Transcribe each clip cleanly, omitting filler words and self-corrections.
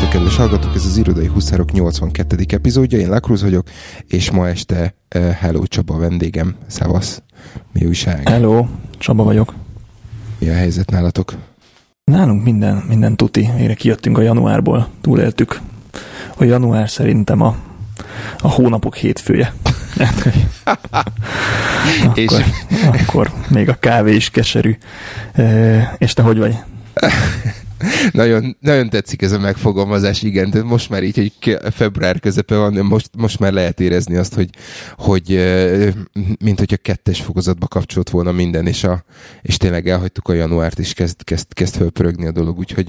Sziasztok, kedves hallgatók! Ez az Irodai Huszárok 82. epizódja. Én Lakruz vagyok, és ma este Hello Csaba vendégem. Szevasz! Mi újság? Hello, Csaba vagyok. Mi a helyzet nálatok? Nálunk minden tuti. Végre kijöttünk a januárból. Túléltük. A január szerintem a hónapok hétfője. akkor még a kávé is keserű. És te hogy vagy? Nagyon, nagyon tetszik ez a megfogalmazás, igen, de most már így, hogy február közepe van, most már lehet érezni azt, hogy mint hogyha 2. fokozatba kapcsolt volna minden, és tényleg elhagytuk a januárt, és kezd fölpörögni a dolog, úgyhogy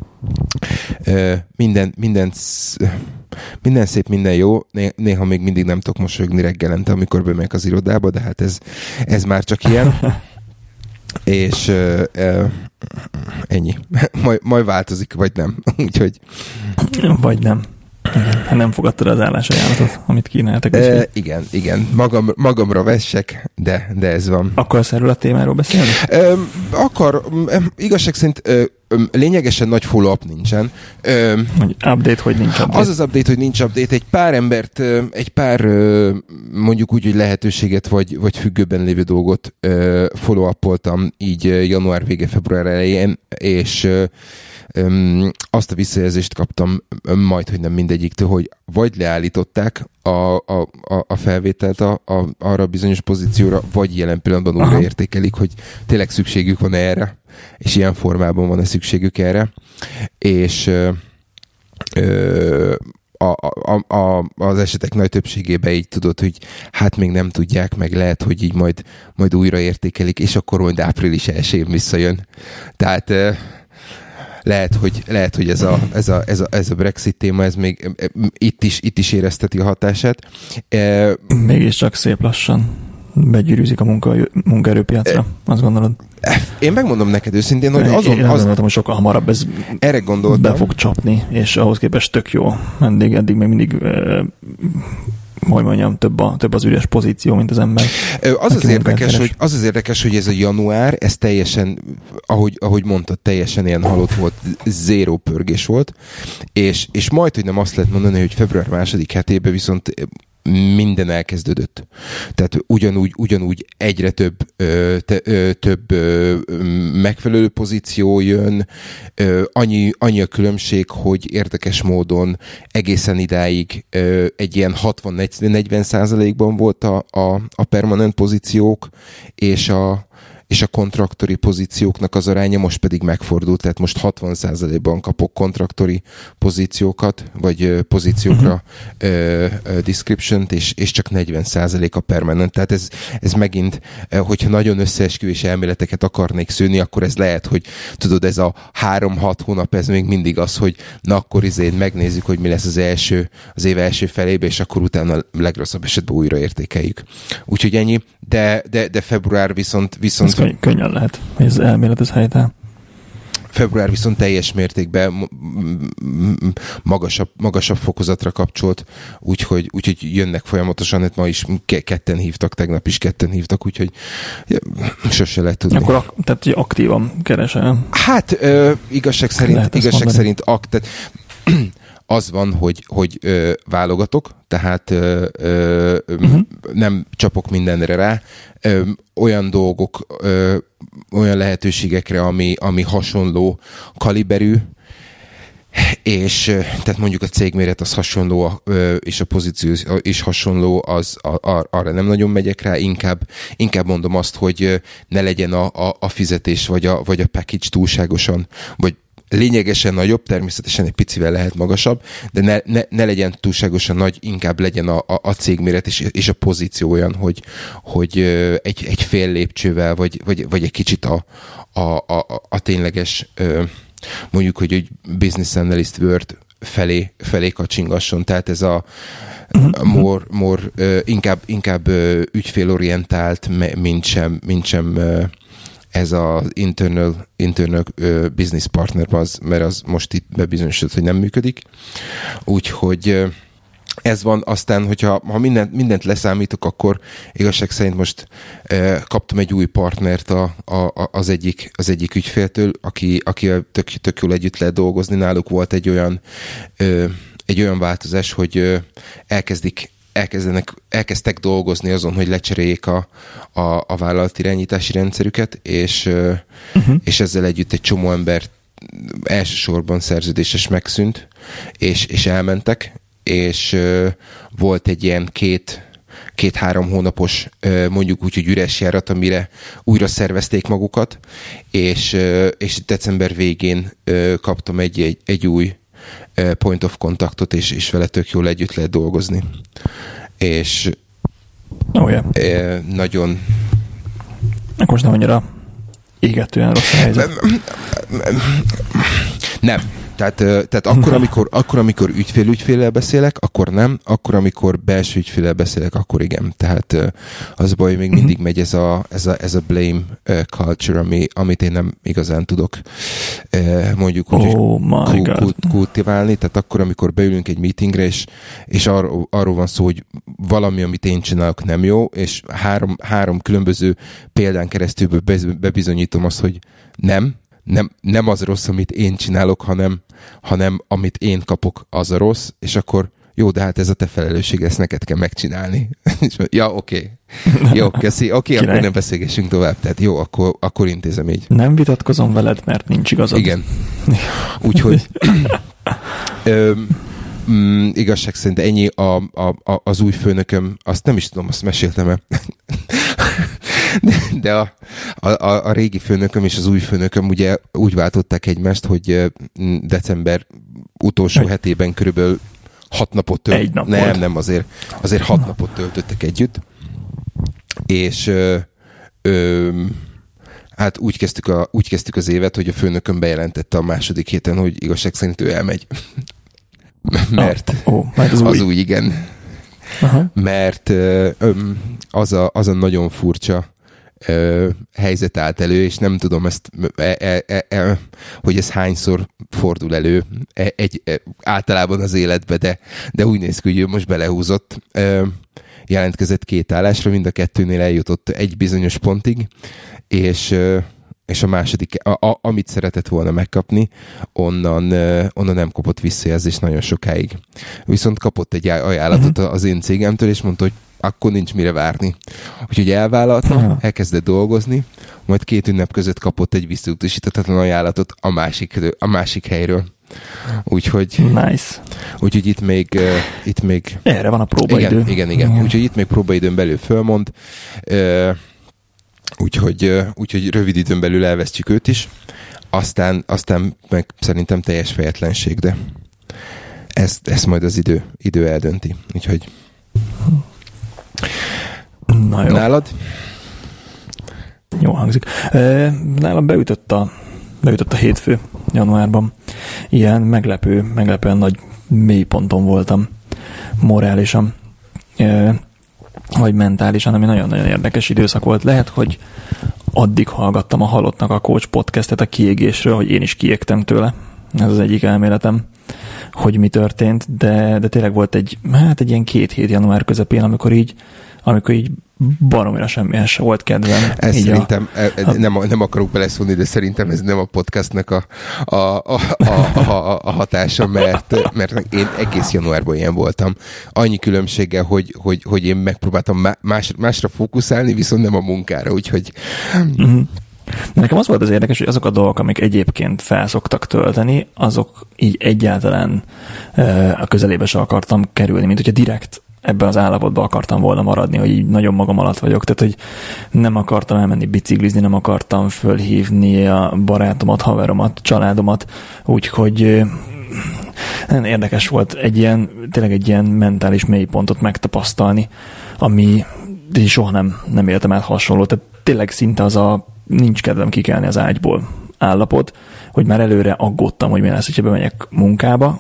minden szép, minden jó. Néha még mindig nem tudok mosolyogni reggelente, amikor bemegyek az irodába, de hát ez már csak ilyen. És ennyi. Majd változik, vagy nem. Úgyhogy... Vagy nem. Hát nem fogadtad az állásajánlatot, amit kínáltak. Igen. Magamra vessek, de ez van. Akarsz erről a témáról beszélni? Igazság szerint lényegesen nagy follow-up nincsen. Update, hogy nincs update. Az update, hogy nincs update. Egy pár mondjuk úgy, hogy lehetőséget vagy függőben lévő dolgot follow-upoltam így január vége, február elején, és azt a visszajelzést kaptam majd, hogy nem mindegyiktől, hogy vagy leállították a felvételt arra a bizonyos pozícióra, vagy jelen pillanatban újraértékelik, hogy tényleg szükségük van erre, és ilyen formában van szükségük erre. És az esetek nagy többségében így tudod, hogy hát még nem tudják, meg lehet, hogy így majd újraértékelik, és akkor majd április 1-én visszajön. Tehát lehet, hogy ez a Brexit téma, ez még itt is érezteti a hatását. Mégiscsak szép lassan begyűrűzik a munkaerőpiacra, azt gondolod? Én megmondom neked őszintén, hogy én gondoltam, hogy sokkal hamarabb ez erre gondoltam. Be fog csapni, és ahhoz képest tök jó. Eddig még mindig hogy mondjam, több az üres pozíció, mint az ember. Az az érdekes, hogy ez a január, ez teljesen, ahogy mondtad, teljesen ilyen halott volt, zéró pörgés volt, és majd, hogy nem azt lehet mondani, hogy február 2. hetében viszont minden elkezdődött. Tehát ugyanúgy egyre több megfelelő pozíció jön, annyi a különbség, hogy érdekes módon egészen idáig egy ilyen 60-40%-ban volt a permanent pozíciók, és a kontraktori pozícióknak az aránya most pedig megfordult, tehát most 60%-ban kapok kontraktori pozíciókat, vagy pozíciókra description-t, és csak 40% a permanent. Tehát ez megint, hogyha nagyon összeesküvés elméleteket akarnék szűrni, akkor ez lehet, hogy tudod, ez a 3-6 hónap, ez még mindig az, hogy na akkor megnézzük, hogy mi lesz az év első felébe, és akkor utána legrosszabb esetben újra értékeljük. Úgyhogy ennyi, de február viszont könnyen lehet, hogy ez elmélet ez helytáll. Február viszont teljes mértékben magasabb fokozatra kapcsolt, úgyhogy jönnek folyamatosan, hát ma is ketten hívtak, tegnap is ketten hívtak, úgyhogy sose lehet tudni. Akkor tehát aktívan keresel? Hát igazság szerint tehát az van, hogy válogatok, tehát nem csapok mindenre rá, olyan dolgok, olyan lehetőségekre, ami hasonló kaliberű, és tehát mondjuk a cégméret az hasonló, és a pozíció is hasonló, arra nem nagyon megyek rá, inkább mondom azt, hogy ne legyen a fizetés vagy a package túlságosan, vagy lényegesen nagyobb, természetesen egy picivel lehet magasabb, de ne legyen túlságosan nagy, inkább legyen a cégméret és a pozíció olyan, hogy egy fél lépcsővel, vagy egy kicsit a tényleges, mondjuk, hogy egy business analyst Word felé kacsingasson. Tehát ez a more inkább ügyfélorientált, mint sem ez az internal business partner, mert az most itt bebizonyosodott, hogy nem működik. Úgyhogy ez van, aztán, hogyha mindent leszámítok, akkor igazság szerint most kaptam egy új partnert az egyik ügyféltől, aki tök jól együtt lehet dolgozni. Náluk volt egy olyan változás, hogy elkezdtek dolgozni azon, hogy lecseréljék a vállalati irányítási rendszerüket, és ezzel együtt egy csomó ember elsősorban szerződéses megszűnt, és elmentek, és volt egy ilyen két-három hónapos, mondjuk úgy, hogy üres járat, amire újra szervezték magukat, és december végén kaptam egy új point of contactot, és vele tök jól együtt lehet dolgozni. És nagyon... Most nem annyira égetően rossz a helyzet. Nem. Tehát akkor, amikor ügyféllel beszélek, akkor nem, akkor, amikor belső ügyféllel beszélek, akkor igen. Tehát az baj, hogy még mindig megy ez a blame culture, amit én nem igazán tudok mondjuk kultiválni. Tehát akkor, amikor beülünk egy meetingre, és arról van szó, hogy valami, amit én csinálok, nem jó, és három különböző példán keresztül bebizonyítom azt, hogy nem az rossz, amit én csinálok, hanem amit én kapok, az a rossz, és akkor jó, de hát ez a te felelősség, ezt neked kell megcsinálni. Ja, oké. Jó, köszi. Oké, akkor nem beszélgessünk tovább. Tehát jó, akkor intézem így. Nem vitatkozom veled, mert nincs igazad. Igen. Úgyhogy igazság szerint ennyi az új főnököm, azt nem is tudom, azt meséltem-e. De a régi főnököm és az új főnököm ugye úgy váltották egymást, hogy december utolsó hetében körülbelül 6 napot töltöttek. Nem, azért 6 napot töltöttek együtt. És hát úgy kezdtük az évet, hogy a főnököm bejelentette a második héten, hogy igazság szerint ő elmegy. Mert az új, igen. Aha. Mert az a nagyon furcsa helyzet állt elő, és nem tudom ezt, hogy ez hányszor fordul elő általában az életbe, de úgy néz ki, hogy ő most belehúzott. Jelentkezett 2 állásra, mind a 2-nél eljutott egy bizonyos pontig, és a második, amit szeretett volna megkapni, onnan nem kapott visszajelzést nagyon sokáig. Viszont kapott egy ajánlatot az én cégemtől, és mondta, hogy akkor nincs mire várni. Úgyhogy elvállalta, elkezdett dolgozni, majd 2 ünnep között kapott egy visszautasíthatatlan ajánlatot a másik helyről. Úgyhogy... Nice. Úgyhogy itt még... Erre van a próbaidő. Igen. Úgyhogy itt még próbaidőn belül fölmond. Úgyhogy rövid időn belül elvesztjük őt is. Aztán meg szerintem teljes fejetlenség, de ezt majd az idő eldönti. Úgyhogy... Na jó. Nálad? Jó hangzik. Nálam beütött a hétfő januárban. Ilyen meglepően nagy mélyponton voltam morálisan, vagy mentálisan, ami nagyon-nagyon érdekes időszak volt. Lehet, hogy addig hallgattam a Halottnak a Coach podcastet a kiégésről, hogy én is kiégtem tőle. Ez az egyik elméletem, hogy mi történt, de tényleg volt egy ilyen 2 hét január közepén, amikor így baromira semmihez se volt kedvem. Ez szerintem, nem akarok beleszólni, de szerintem ez nem a podcastnak a hatása, mert én egész januárban ilyen voltam. Annyi különbséggel, hogy én megpróbáltam másra fókuszálni, viszont nem a munkára, úgyhogy... Nekem az volt az érdekes, hogy azok a dolgok, amik egyébként felszoktak tölteni, azok így egyáltalán a közelébe se akartam kerülni, mint hogyha direkt ebben az állapotban akartam volna maradni, hogy így nagyon magam alatt vagyok. Tehát, hogy nem akartam elmenni biciklizni, nem akartam fölhívni a barátomat, haveromat, családomat, úgyhogy nagyon érdekes volt tényleg egy ilyen mentális mélypontot megtapasztalni, ami soha nem éltem át hasonló. Tehát tényleg szinte az a nincs kedvem kikelni az ágyból állapot, hogy már előre aggódtam, hogy mi lesz, hogyha bemegyek munkába,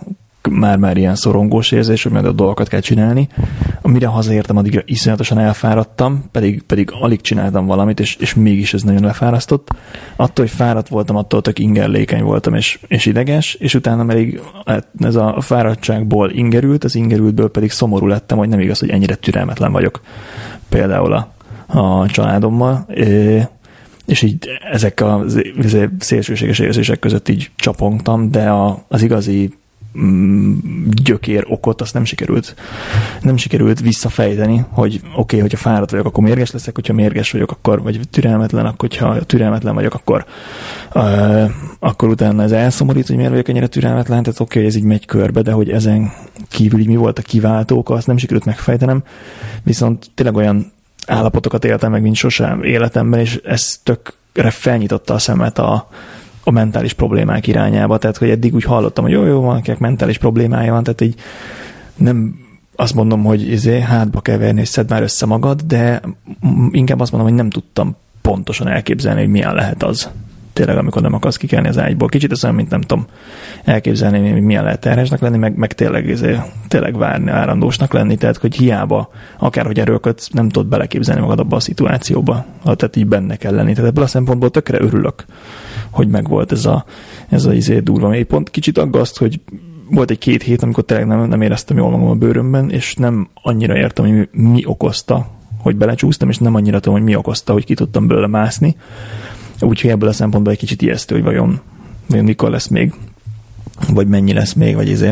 már ilyen szorongós érzés, hogy meg a dolgokat kell csinálni. Amire hazaértem, addigra iszonyatosan elfáradtam, pedig alig csináltam valamit, és mégis ez nagyon lefárasztott. Attól, hogy fáradt voltam, attól tök ingerlékeny voltam, és ideges, és utána pedig ez a fáradtságból ingerült, az ingerültből pedig szomorú lettem, hogy nem igaz, hogy ennyire türelmetlen vagyok. Például a családommal. És így ezek a szélsőséges érzések között így csapongtam, de az igazi gyökér okot azt nem sikerült visszafejteni, hogy oké, hogyha fáradt vagyok, akkor mérges leszek, hogyha mérges vagyok, akkor, vagy türelmetlen, akkor, hogyha türelmetlen vagyok, akkor utána ez elszomorít, hogy miért vagyok ennyire türelmetlen, tehát oké, hogy ez így megy körbe, de hogy ezen kívül így mi volt a kiváltó oka, azt nem sikerült megfejtenem, viszont tényleg olyan állapotokat éltem meg, mint sosem életemben, és ez tökre felnyitotta a szemet a mentális problémák irányába, tehát hogy eddig úgy hallottam, hogy jó, valakinek mentális problémája van, tehát így nem azt mondom, hogy hátba kell verni, és szedd már össze magad, de inkább azt mondom, hogy nem tudtam pontosan elképzelni, hogy milyen lehet az. Tényleg, amikor nem akarsz kikelni az ágyból. Kicsit az olyan, mint nem tudom elképzelni, hogy milyen lehet terhesnek lenni, meg tényleg várni, várandósnak lenni, tehát hogy hiába, akárhogy erőlködsz, nem tudod beleképzelni magad abba a szituációba, tehát így benne kell lenni. Tehát ebből a szempontból tökre örülök, hogy megvolt ez a durva mélypont. Kicsit aggaszt, hogy volt egy 2 hét, amikor tényleg nem éreztem jól magam a bőrömben, és nem annyira értem, hogy mi okozta, hogy belecsúsztam, és nem annyira tudom, hogy mi okozta, hogy ki tudtam belőle mászni. Úgyhogy ebből a szempontból egy kicsit ijesztő, hogy vajon mikor lesz még, vagy mennyi lesz még, vagy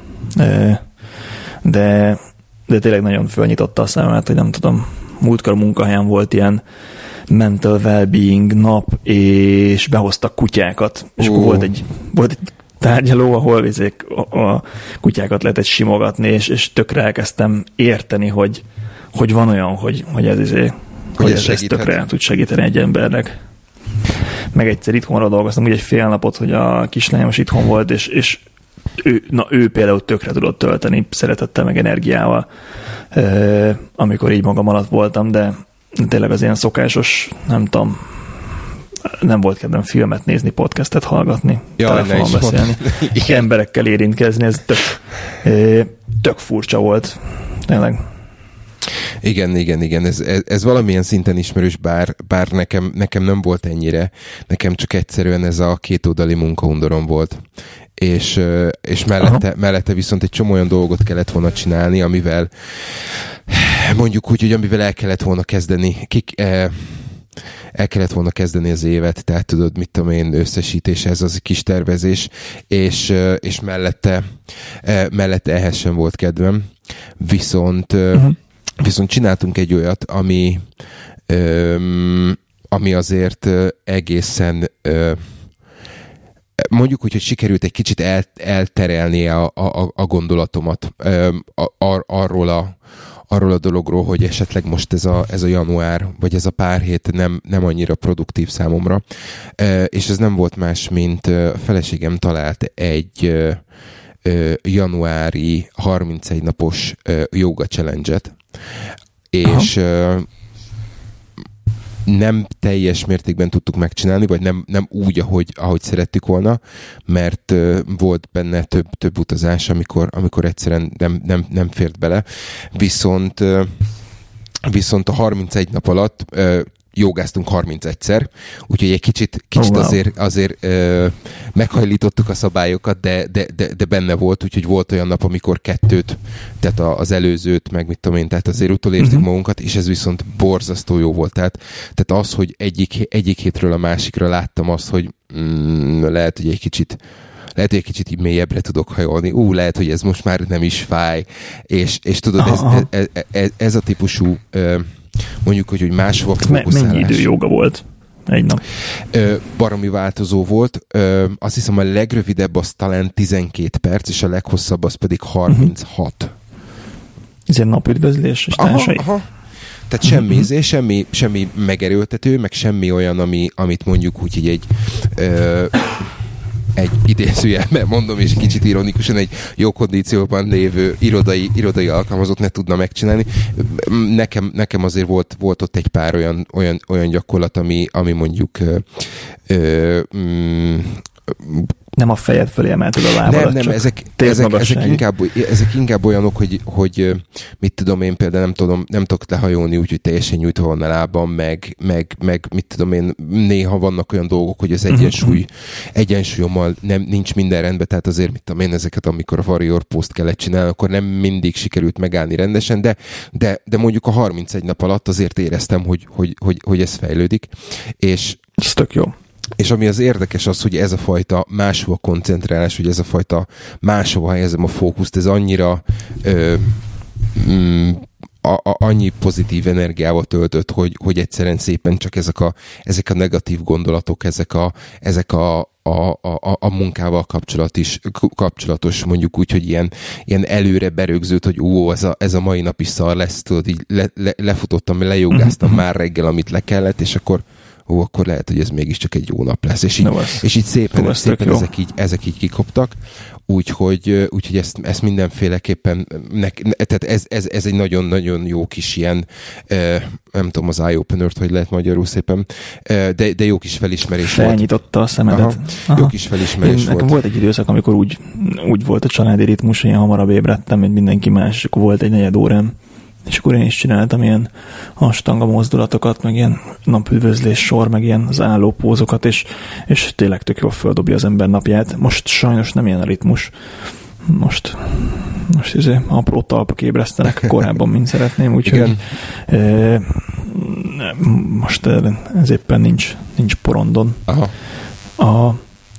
de tényleg nagyon fölnyitotta a szememet, hogy nem tudom, múltkor a munkahelyen volt ilyen mental well-being nap, és behoztak kutyákat, és akkor volt egy tárgyaló, ahol a kutyákat lehetett simogatni, és tökre elkezdtem érteni, hogy van olyan, hogy ez tökre el tud segíteni egy embernek. Meg egyszer itthonra dolgoztam, úgy egy fél napot, hogy a kislányom is itthon volt, és ő például tökre tudott tölteni szeretettel, meg energiával, amikor így magam alatt voltam, de tényleg az ilyen szokásos, nem tudom, nem volt kedvem filmet nézni, podcastet hallgatni, telefonon beszélni, emberekkel érintkezni, ez tök furcsa volt, tényleg. Igen. Ez valamilyen szinten ismerős, bár nekem nem volt ennyire. Nekem csak egyszerűen ez a kétoldali munkaundorom volt. És mellette viszont egy csomó olyan dolgot kellett volna csinálni, amivel mondjuk úgy, hogy amivel el kellett volna kezdeni az évet, tehát tudod, mit tudom én, összesítés, ez az kis tervezés, és mellette ehhez sem volt kedvem. Viszont csináltunk egy olyat, ami azért egészen mondjuk úgy, hogy sikerült egy kicsit elterelni a gondolatomat arról a dologról, hogy esetleg most ez a január, vagy ez a pár hét nem annyira produktív számomra. És ez nem volt más, mint a feleségem talált egy januári 31 napos yoga challenge-et, és nem teljes mértékben tudtuk megcsinálni, vagy nem úgy, ahogy szerettük volna, mert volt benne több utazás, amikor egyszerűen nem fért bele. Viszont a 31 nap alatt jogáztunk 31-szer, úgyhogy egy kicsit azért meghajlítottuk a szabályokat, de benne volt, úgyhogy volt olyan nap, amikor 2, tehát az előzőt, meg mit tudom én, tehát azért utolértük magunkat, és ez viszont borzasztó jó volt. Tehát az, hogy egyik hétről a másikra láttam azt, hogy lehet, hogy egy kicsit így mélyebbre tudok hajolni. Lehet, hogy ez most már nem is fáj. És tudod, ez a típusú mondjuk, hogy máshova fókuszálás. Mennyi idő jóga volt egy nap? Baromi változó volt. Azt hiszem, a legrövidebb az talán 12 perc, és a leghosszabb az pedig 36. Ez egy napüdvözlés és társai? Aha. Tehát semmi megerőltető, meg semmi olyan, amit mondjuk úgy, hogy egy idézőjelben mondom, és kicsit ironikusan egy jó kondícióban lévő irodai alkalmazott ne tudna megcsinálni. Nekem azért volt ott egy pár olyan gyakorlat, ami mondjuk Nem a fejed fölé emelted a lábadat, nem, ezek inkább olyanok, hogy mit tudom én, például nem tudok lehajolni, úgyhogy teljesen nyújtva van a lábam, meg mit tudom én, néha vannak olyan dolgok, hogy az egyensúlyommal nincs minden rendben, tehát azért mit tudom én, ezeket, amikor a Warrior Post kellett csinálni, akkor nem mindig sikerült megállni rendesen, de mondjuk a 31 nap alatt azért éreztem, hogy ez fejlődik, és ez tök jó. És ami az érdekes az, hogy ez a fajta máshova koncentrálás, hogy ez a fajta máshova helyezem a fókuszt, ez annyira annyi pozitív energiával töltött, hogy egyszerűen szépen csak ezek a negatív gondolatok, ezek a munkával kapcsolatos, mondjuk úgy, hogy ilyen előre berögzült, hogy ez a mai nap is szar lesz, tudod, így lefutottam, lejogáztam már reggel, amit le kellett, és akkor lehet, hogy ez mégiscsak egy jó nap lesz. És így szépen ezek így kikoptak. Úgyhogy ezt mindenféleképpen tehát ez egy nagyon-nagyon jó kis ilyen nem tudom az eye-openert, hogy lehet magyarul szépen, de jó kis felismerés volt. Felnyitotta a szemedet. Aha. Jó kis felismerés volt. Nekem volt egy időszak, amikor úgy volt a családi ritmus, én hamarabb ébredtem, mint mindenki más, és akkor volt egy 4 órám, és akkor én is csináltam ilyen astanga mozdulatokat, meg ilyen napüdvözlés sor, meg ilyen az állópózokat, és tényleg tök jól földobja az ember napját. Most sajnos nem ilyen a ritmus. Most apró talpak ébresztenek korábban, mint szeretném, úgyhogy most ez éppen nincs porondon. Aha.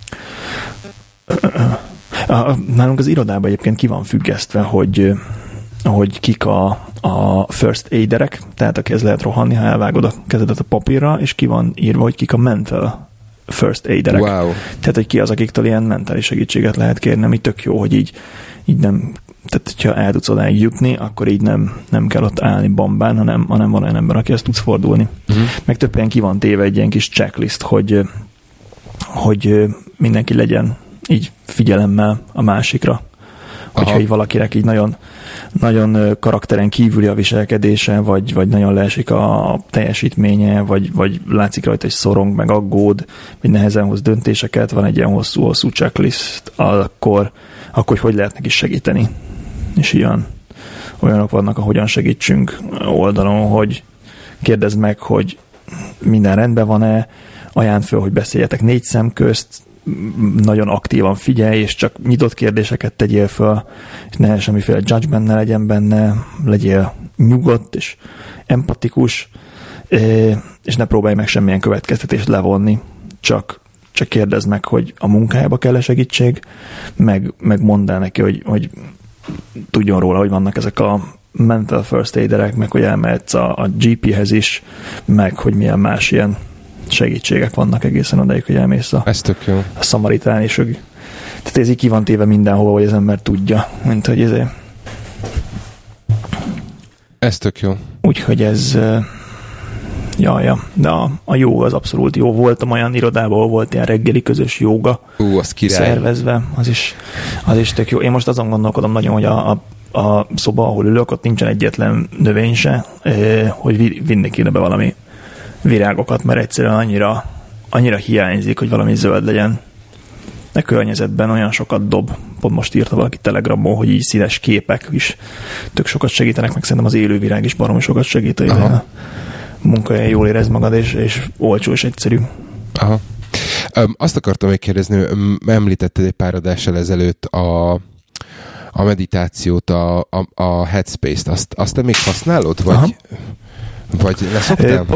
Nálunk az irodában egyébként ki van függesztve, hogy kik a first aiderek, tehát akihez lehet rohanni, ha elvágod a kezedet a papírra, és ki van írva, hogy kik a mental first aiderek. Wow. Tehát, hogy ki az, akiktől ilyen mentális segítséget lehet kérni, ami tök jó, hogy így nem, tehát hogyha el tudsz odáig jutni, akkor így nem kell ott állni bambán, hanem van olyan ember, akihez tudsz fordulni. Meg több ilyen ki van téve egy ilyen kis checklist, hogy mindenki legyen így figyelemmel a másikra. Hogyha így valakinek így nagyon, nagyon karakteren kívüli a viselkedése, vagy nagyon leesik a teljesítménye, vagy látszik rajta, hogy szorong, meg aggód, vagy nehezen hoz döntéseket, van egy ilyen hosszú checklist, akkor hogy lehet neki segíteni. És olyanok vannak, ahogyan segítsünk oldalon, hogy kérdezd meg, hogy minden rendben van-e, ajánld föl, hogy beszéljetek 4 szem közt, nagyon aktívan figyelj, és csak nyitott kérdéseket tegyél föl, és ne semmiféle judgment ne legyen benne, legyél nyugodt és empatikus, és ne próbálj meg semmilyen következtetést levonni, csak kérdezd meg, hogy a munkájába kell-e segítség, meg mondd el neki, hogy tudjon róla, hogy vannak ezek a mental first aiderek, meg hogy elmehetsz a GP-hez is, meg hogy milyen más ilyen segítségek vannak egészen odáig, hogy elmész a szamaritáni sög. Tehát ez így ki van téve mindenhova, hogy az ember tudja, mint hogy ezért. Ez tök jó. Úgyhogy ez de a jóga az abszolút jó. Voltam olyan irodában, ahol volt ilyen reggeli közös jóga az király. Szervezve. Az is tök jó. Én most azon gondolkodom nagyon, hogy a szoba, ahol ülök, ott nincsen egyetlen növény se, hogy vinni kéne be valami virágokat, mert egyszerűen annyira hiányzik, hogy valami zöld legyen. A környezetben olyan sokat dob. Pont most írta valaki Telegramon, hogy így színes képek is tök sokat segítenek, meg szerintem az élővirág is baromi sokat segít, hogy a munkahelyen jól érezd magad, és olcsó és egyszerű. Aha. Azt akartam még kérdezni, említetted egy pár adással ezelőtt a meditációt, a Headspace-t, azt te még használod? Vagy leszoktál?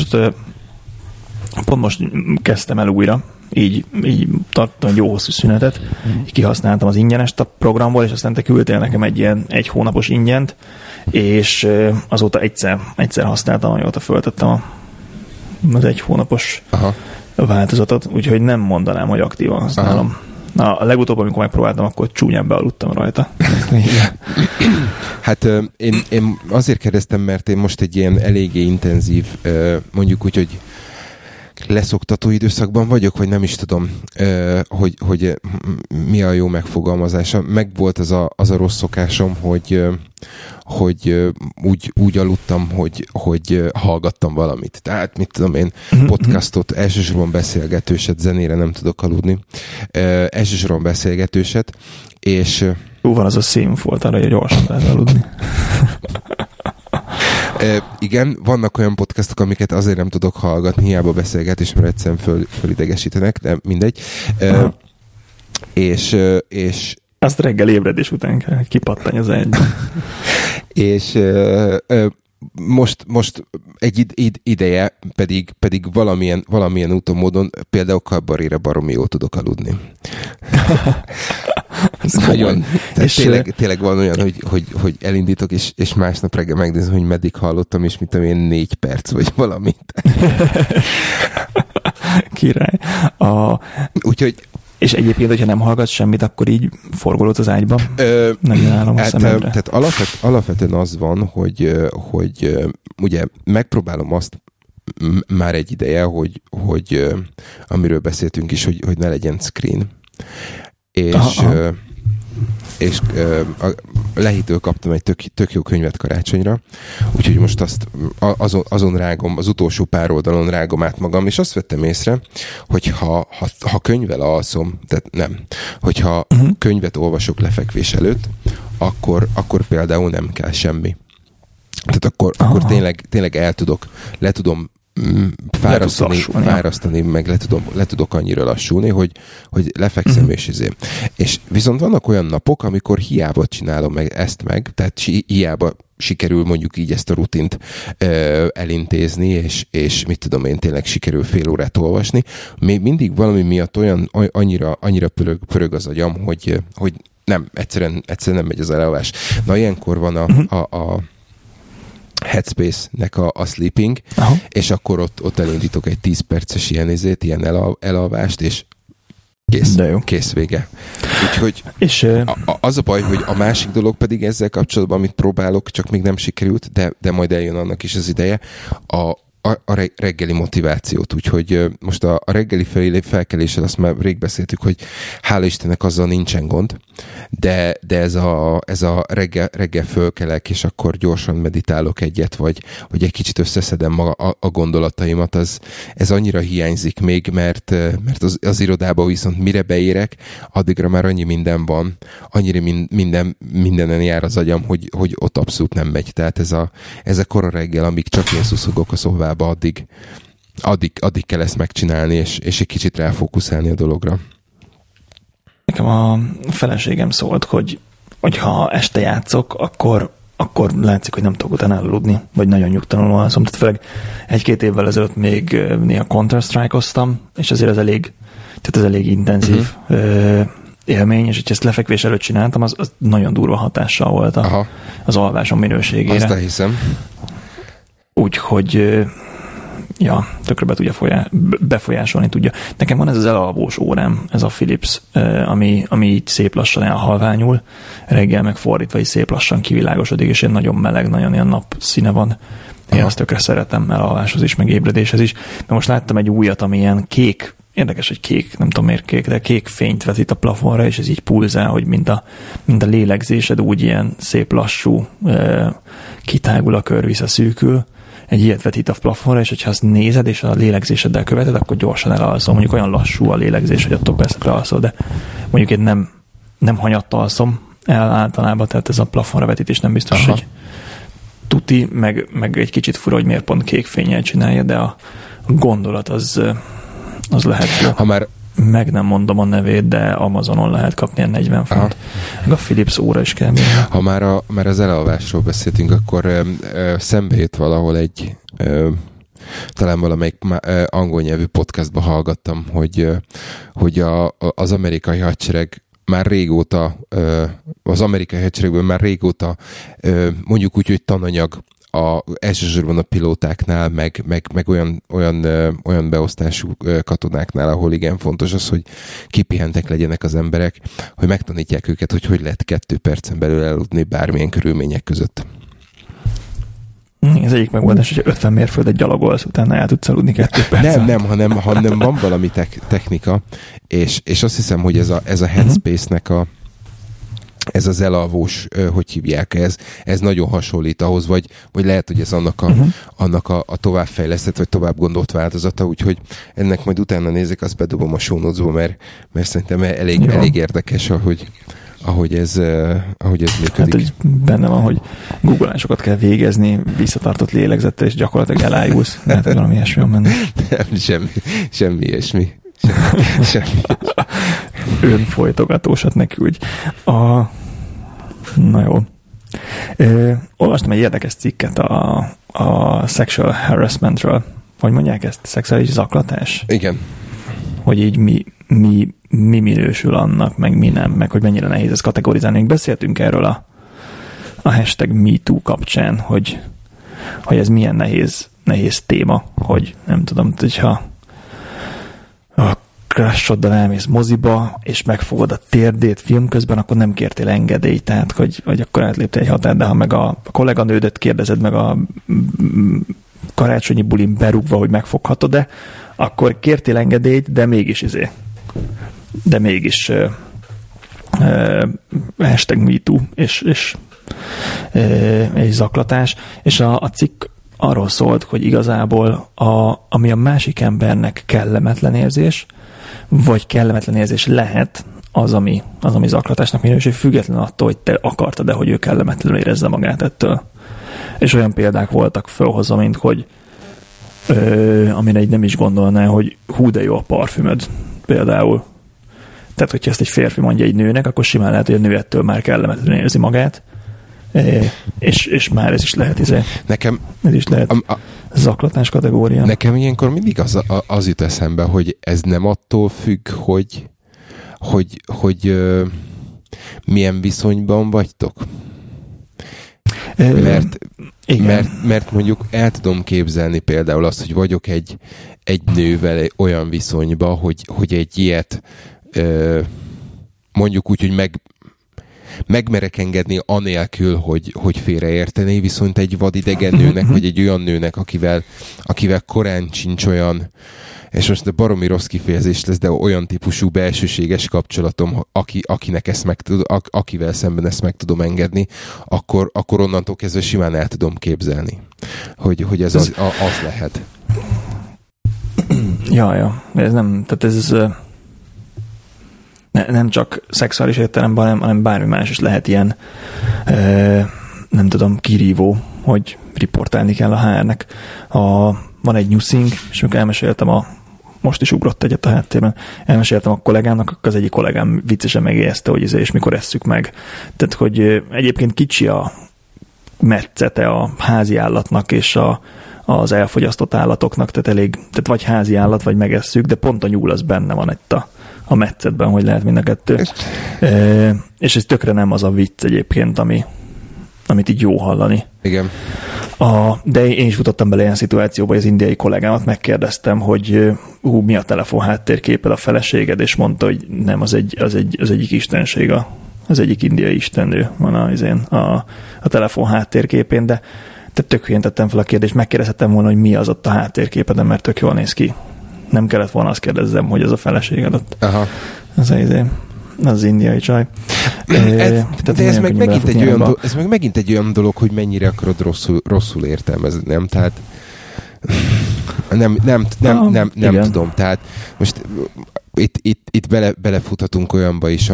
Pont most kezdtem el újra, így tartottam egy jó hosszú szünetet, kihasználtam az ingyenest a programból, és aztán te küldtél nekem egy ilyen 1 hónapos ingyent, és azóta egyszer használtam, amióta föltettem az 1 hónapos változatot, úgyhogy nem mondanám, hogy aktívan használom. A legutóbb, amikor megpróbáltam, akkor csúnyán bealudtam rajta. Hát én azért kérdeztem, mert én most egy ilyen eléggé intenzív, mondjuk úgy, hogy leszoktató időszakban vagyok, vagy nem is tudom, hogy mi a jó megfogalmazása. Meg volt az a rossz szokásom, hogy úgy aludtam, hogy hallgattam valamit. Tehát, mit tudom én, podcastot, elsősorban beszélgetőset, zenére nem tudok aludni. Elsősorban beszélgetőset, és... Van az a színfolt arra, hogy gyorsan lehet aludni. Igen, vannak olyan podcastok, amiket azért nem tudok hallgatni, hiába beszélgetés, mert egyszerűen fölidegesítenek, de mindegy. És azt reggel ébredés után kell, kipattanj az egy. És most egy ideje pedig valamilyen úton, módon például kabaréra baromi jól tudok aludni. Nagyon. Tényleg van olyan, hogy elindítok, és másnap reggel megnézem, hogy meddig hallottam, és mit tudom én, 4 perc, vagy valamit. Király. Úgyhogy és egyébként, hogyha nem hallgatsz semmit, akkor így forgolódsz az ágyba? Nem állom a szemedre. Tehát alapvetően az van, hogy ugye megpróbálom azt már egy ideje, hogy amiről beszéltünk is, hogy ne legyen screen. És a Lehitől kaptam egy tök jó könyvet karácsonyra, úgyhogy most azon rágom, az utolsó pár oldalon rágom át magam, és azt vettem észre, hogy ha könyvvel alszom, tehát nem, hogyha könyvet olvasok lefekvés előtt, akkor például nem kell semmi. Tehát akkor tényleg le tudom fárasztani, meg le tudok annyira lassulni, hogy lefekszem és viszont vannak olyan napok, amikor hiába csinálom tehát hiába sikerül mondjuk így ezt a rutint elintézni, és mit tudom én, tényleg sikerül fél órát olvasni. Még mindig valami miatt annyira pörög az agyam, hogy nem, egyszerűen nem megy az elalvás. Na, ilyenkor van a Headspace-nek a sleeping, és akkor ott elindítok egy 10 perces ilyen elalvást, és kész vége. Úgyhogy az a baj, hogy a másik dolog pedig ezzel kapcsolatban, amit próbálok, csak még nem sikerült, de majd eljön annak is az ideje, a reggeli motivációt. Úgyhogy most a reggeli felkeléssel azt már rég beszéltük, hogy hála Istennek azzal nincsen gond, de ez a reggel fölkelek, és akkor gyorsan meditálok egyet, vagy egy kicsit összeszedem a gondolataimat, ez annyira hiányzik még, mert az irodában viszont mire beérek, addigra már annyi minden van, annyira mindenen jár az agyam, hogy ott abszolút nem megy. Tehát ez a kora reggel, amíg csak én szuszogok a szobába, addig kell ezt megcsinálni, és egy kicsit ráfókuszálni a dologra. Nekem a feleségem szólt, hogy ha este játszok, akkor látszik, hogy nem tudok utána aludni, vagy nagyon nyugtalanul alszom. Tehát főleg 1-2 évvel ezelőtt még néha Counter-Strike-oztam, és azért ez elég intenzív élmény, és hogy ezt lefekvés előtt csináltam, az nagyon durva hatással volt az alvásom minőségére. Azt elhiszem. Úgyhogy tökre befolyásolni tudja. Nekem van ez az elalvós órám, ez a Philips, ami így szép lassan elhalványul, reggel meg fordítva így szép lassan kivilágosodik, és ilyen nagyon meleg, nagyon ilyen napszíne van. Én azt tökre szeretem elalváshoz is, meg ébredéshez is. De most láttam egy újat, ami ilyen kék, érdekes, hogy kék, nem tudom miért kék, de kék fényt vet itt a plafonra, és ez így pulzál, hogy mint a lélegzésed, úgy ilyen szép lassú, kitágul a kör, visszaszűkül. Egy ilyet vetít a plafonra, és hogyha azt nézed, és a lélegzéseddel követed, akkor gyorsan elalszol. Mondjuk olyan lassú a lélegzés, hogy attól persze elalszol, de mondjuk én nem hanyatt alszom el általában, tehát ez a plafonra vetítés nem biztos, hogy tuti, meg egy kicsit fura, hogy miért pont kék fénnyel csinálja, de a gondolat az lehet jó. Ha már meg nem mondom a nevét, de Amazonon lehet kapni a 40 font. Meg a Philips óra is kell. Ha már az elalvásról beszéltünk, akkor szembe jött valahol talán valamelyik angol nyelvű podcastba hallgattam, hogy az amerikai hadsereg már régóta, az amerikai hadseregből már régóta mondjuk úgy, hogy tananyag elsősorban a pilótáknál, meg olyan beosztású katonáknál, ahol igen fontos az, hogy kipihentek legyenek az emberek, hogy megtanítják őket, hogy lehet 2 percen belül elaludni bármilyen körülmények között. Az egyik megoldás, hogy 50 mérföldet gyalogolsz, utána el tudsz aludni 2 percet. Nem, hanem van valami technika, és azt hiszem, hogy ez a Headspace-nek ez az elalvós, hogy hívják, ez nagyon hasonlít ahhoz, vagy lehet, hogy ez annak a továbbfejlesztett, vagy tovább gondolt változata, úgyhogy ennek majd utána nézek, azt bedobom a show notes-ba, mert szerintem elég érdekes, ahogy ez működik. Hát, hogy benne van, hogy googleásokat kell végezni, visszatartott lélegzettel, és gyakorlatilag elájulsz. Lehet, hogy valami ilyesmi van benne. Nem, semmi ilyesmi. Semmi. Önfolytogatósat ne küldj. Na jó. Olvastam egy érdekes cikket a sexual harassmentről. Hogy mondják ezt? Szexuális zaklatás? Igen. Hogy így mi minősül annak, meg mi nem, meg hogy mennyire nehéz ezt kategorizálni. Még beszéltünk erről a hashtag MeToo kapcsán, hogy ez milyen nehéz téma, hogy nem tudom, hogyha a crush-oddal elmész moziba, és megfogod a térdét film közben, akkor nem kértél engedélyt, tehát hogy akkor átléptél egy határt, de ha meg a kolléganődet kérdezed meg a karácsonyi bulin berúgva, hogy megfoghatod-e, akkor kértél engedélyt, de mégis hashtag MeToo és zaklatás, és a cikk arról szólt, hogy igazából ami a másik embernek kellemetlen érzés, vagy kellemetlen érzés lehet, az, ami zaklatásnak minősül, független attól, hogy te akartad-e, hogy ő kellemetlenül érezze magát ettől. És olyan példák voltak felhozva, mint hogy amire egy nem is gondolná, hogy hú, de jó a parfümöd például. Tehát, hogyha ezt egy férfi mondja egy nőnek, akkor simán lehet, hogy a nő ettől már kellemetlenül érzi magát, és már ez is lehet ez is lehet zaklatás kategória. Nekem ilyenkor mindig az jut eszembe, hogy ez nem attól függ, hogy milyen viszonyban vagytok. Mert mondjuk el tudom képzelni például azt, hogy vagyok egy nővel olyan viszonyban, hogy egy ilyet mondjuk úgy, hogy megmerek engedni anélkül, hogy félreértené, viszont egy vadidegen nőnek, vagy egy olyan nőnek, akivel korán sincs olyan, és most a baromi rossz kifejezés lesz, de olyan típusú belsőséges kapcsolatom, akinek ezt akivel szemben ezt meg tudom engedni, akkor onnantól kezdve simán el tudom képzelni, hogy ez az lehet. Ja, ez nem, tehát ez nem csak szexuális értelemben, hanem bármi más is lehet ilyen, nem tudom, kirívó, hogy riportálni kell a HR-nek. Van egy nyuszing, és amikor elmeséltem most is ugrott egyet a háttérben, elmeséltem a kollégámnak, akkor az egyik kollégám viccesen megjegyezte, hogy és mikor esszük meg. Tehát, hogy egyébként kicsi a metszete a házi állatnak és az elfogyasztott állatoknak, tehát vagy házi állat, vagy megesszük, de pont a nyúl az benne van itt a metszetben, hogy lehet mind a kettő. És ez tökre nem az a vicc egyébként, amit így jó hallani. Igen. De én is futottam bele ilyen szituációba, hogy az indiai kollégámat megkérdeztem, hogy mi a telefon háttérképed, a feleséged, és mondta, hogy nem, az egyik istenség, az egyik indiai istennő van a telefon háttérképén, de tök hülyén tettem fel a kérdést, megkérdezhettem volna, hogy mi az ott a háttérképeden, mert tök jól néz ki. Nem kellett volna azt kérdezzem, hogy az a feleséged ott. Aha. Az indiai csaj. Ez meg megint egy olyan dolog, hogy mennyire akarod rosszul értelmezni, nem? Tehát nem tudom. Tehát most itt belefuthatunk olyanba is,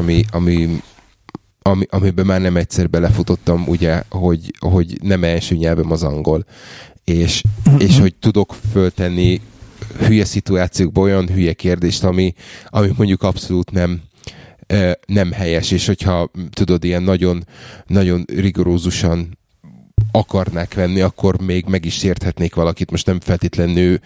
amiben már nem egyszer belefutottam, ugye, hogy nem első nyelvem az angol, és hogy tudok föltenni hülye szituációkban olyan hülye kérdést, ami mondjuk abszolút nem helyes, és hogyha tudod, ilyen nagyon, nagyon rigorózusan akarnák venni, akkor még meg is érthetnék valakit, most nem feltétlenül nő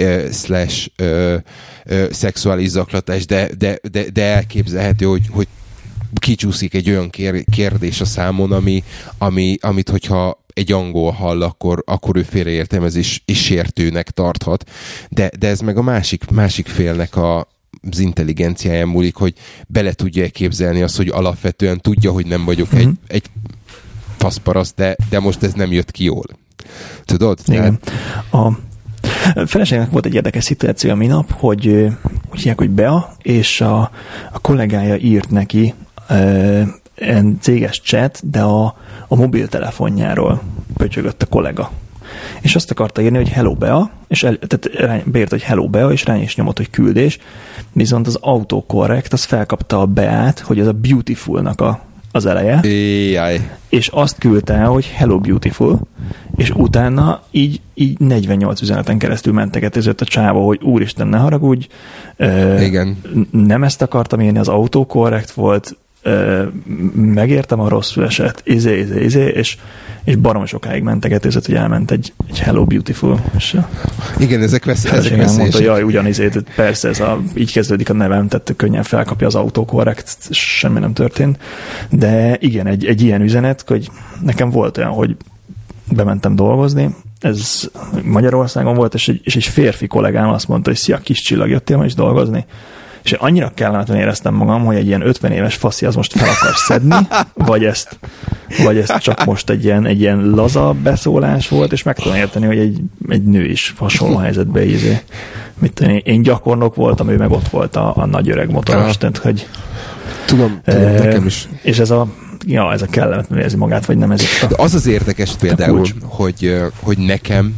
szexuális zaklatás, de elképzelhető, hogy kicsúszik egy olyan kérdés a számon, amit hogyha egy angol hall, akkor ő félreértelmez és sértőnek tarthat. De ez meg a másik félnek az intelligenciáján múlik, hogy bele tudja képzelni azt, hogy alapvetően tudja, hogy nem vagyok egy faszparasz, de most ez nem jött ki jól. Tudod? Igen. A feleségnek volt egy érdekes szituáció a minap, hogy úgy hívják, hogy Bea, és a kollégája írt neki céges chat, de a mobiltelefonjáról pötyögött a kollega. És azt akarta írni, hogy hello Bea, és tehát beírt, hogy hello Bea, és rá is nyomott, hogy küldés, viszont az autocorrect, az felkapta a Beát, hogy ez a beautifulnak az eleje, és azt küldte el, hogy hello beautiful, és utána így 48 üzeneten keresztül mentegetőzött a csávó, hogy úristen, ne haragudj, igen. Nem ezt akartam írni, az autocorrect volt, megértem a rosszul eset, és barom sokáig mentegetőzött, hogy elment egy hello beautiful. És igen, ezek veszélyesek. Mondta, jaj, ugyanizét, persze, így kezdődik a nevem, tehát könnyen felkapja az autocorrect, semmi nem történt. De igen, egy ilyen üzenet, hogy nekem volt olyan, hogy bementem dolgozni, ez Magyarországon volt, és egy férfi kollégám azt mondta, hogy szia, kis csillag, jöttél ma is dolgozni? És annyira kellemetlen éreztem magam, hogy egy ilyen 50 éves faszi az most fel akar szedni, vagy ez csak most egy ilyen laza beszólás volt, és meg tudom érteni, hogy egy nő is hasonló helyzetbe én gyakornok voltam, ő meg ott volt a nagy öreg motoros, tehát hogy tudom, nekem is. És ez a kellemetlen érzi magát, vagy nem ez itt de az érdekes például, hogy nekem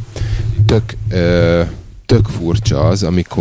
tök furcsa az,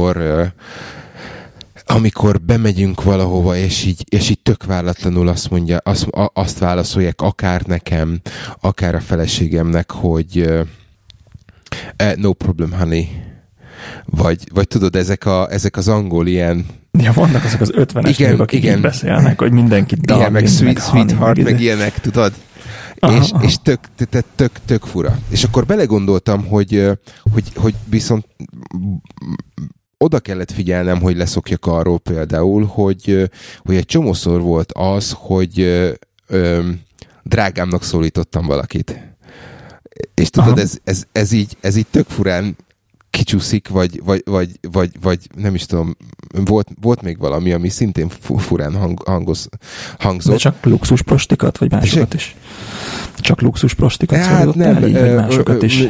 amikor bemegyünk valahova, és így tök váratlanul azt válaszolják akár nekem, akár a feleségemnek, hogy no problem, honey. Vagy tudod, ezek az angol ilyen... Ja, vannak azok az 50-es nők, akik így beszélnek, hogy mindenkit darling, meg sweetheart, meg ilyenek, tudod? És tök fura. És akkor belegondoltam, hogy viszont oda kellett figyelnem, hogy leszokjak arról például, hogy egy csomószor volt az, hogy drágámnak szólítottam valakit. És tudod, ez így tök furán kicsúszik, vagy nem is tudom, volt még valami, ami szintén furán hangzott. De csak luxusprostikat, vagy másokat is? Csak luxusprostikat szólítottál, így, vagy másokat is?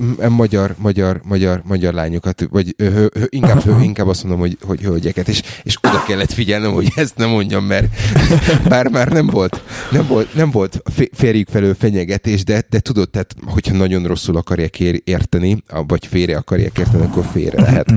Magyar lányokat, vagy inkább azt mondom, hogy hölgyeket, és oda kellett figyelnem, hogy ezt nem mondjam, mert bár már nem volt férjük felől fenyegetés, de tudod, tehát, hogyha nagyon rosszul akarják érteni, vagy félre akarják érteni, akkor félre lehet.